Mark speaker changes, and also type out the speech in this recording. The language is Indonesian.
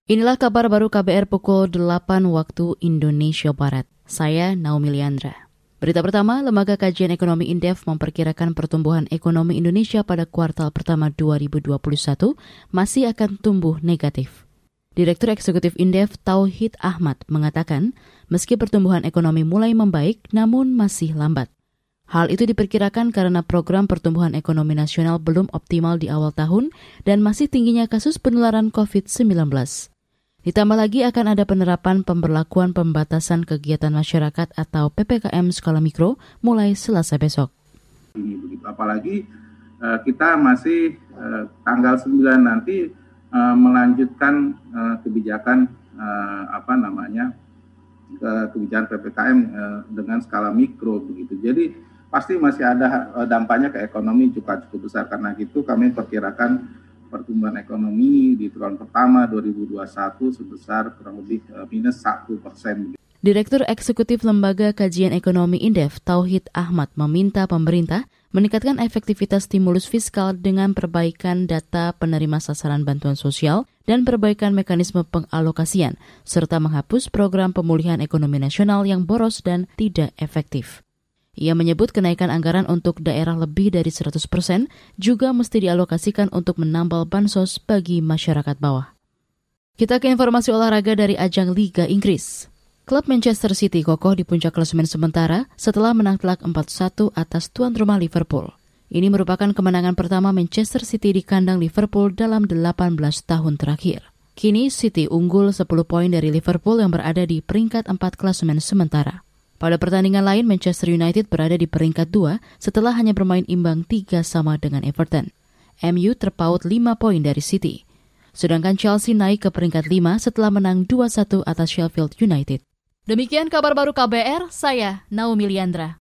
Speaker 1: Inilah kabar baru KBR pukul 8 waktu Indonesia Barat. Saya Naomi Liandra. Berita pertama, Lembaga Kajian Ekonomi Indef memperkirakan pertumbuhan ekonomi Indonesia pada kuartal pertama 2021 masih akan tumbuh negatif. Direktur Eksekutif Indef Tauhid Ahmad mengatakan, meski pertumbuhan ekonomi mulai membaik, namun masih lambat. Hal itu diperkirakan karena program pertumbuhan ekonomi nasional belum optimal di awal tahun dan masih tingginya kasus penularan COVID-19. Ditambah lagi akan ada penerapan pemberlakuan pembatasan kegiatan masyarakat atau PPKM skala mikro mulai Selasa besok.
Speaker 2: Apalagi kita masih tanggal 9 nanti melanjutkan kebijakan kebijakan PPKM dengan skala mikro begitu. Jadi pasti masih ada dampaknya ke ekonomi cukup besar. Karena itu kami perkirakan pertumbuhan ekonomi di triwulan pertama 2021 sebesar kurang lebih minus 1%.
Speaker 1: Direktur Eksekutif Lembaga Kajian Ekonomi Indef Tauhid Ahmad meminta pemerintah meningkatkan efektivitas stimulus fiskal dengan perbaikan data penerima sasaran bantuan sosial dan perbaikan mekanisme pengalokasian, serta menghapus program pemulihan ekonomi nasional yang boros dan tidak efektif. Ia menyebut kenaikan anggaran untuk daerah lebih dari 100% juga mesti dialokasikan untuk menambal bansos bagi masyarakat bawah. Kita ke informasi olahraga dari ajang Liga Inggris. Klub Manchester City kokoh di puncak klasemen sementara setelah menang telak 4-1 atas tuan rumah Liverpool. Ini merupakan kemenangan pertama Manchester City di kandang Liverpool dalam 18 tahun terakhir. Kini City unggul 10 poin dari Liverpool yang berada di peringkat 4 klasemen sementara. Pada pertandingan lain, Manchester United berada di peringkat 2 setelah hanya bermain imbang 3 sama dengan Everton. MU terpaut 5 poin dari City. Sedangkan Chelsea naik ke peringkat 5 setelah menang 2-1 atas Sheffield United. Demikian kabar baru KBR, saya Naomi Liandra.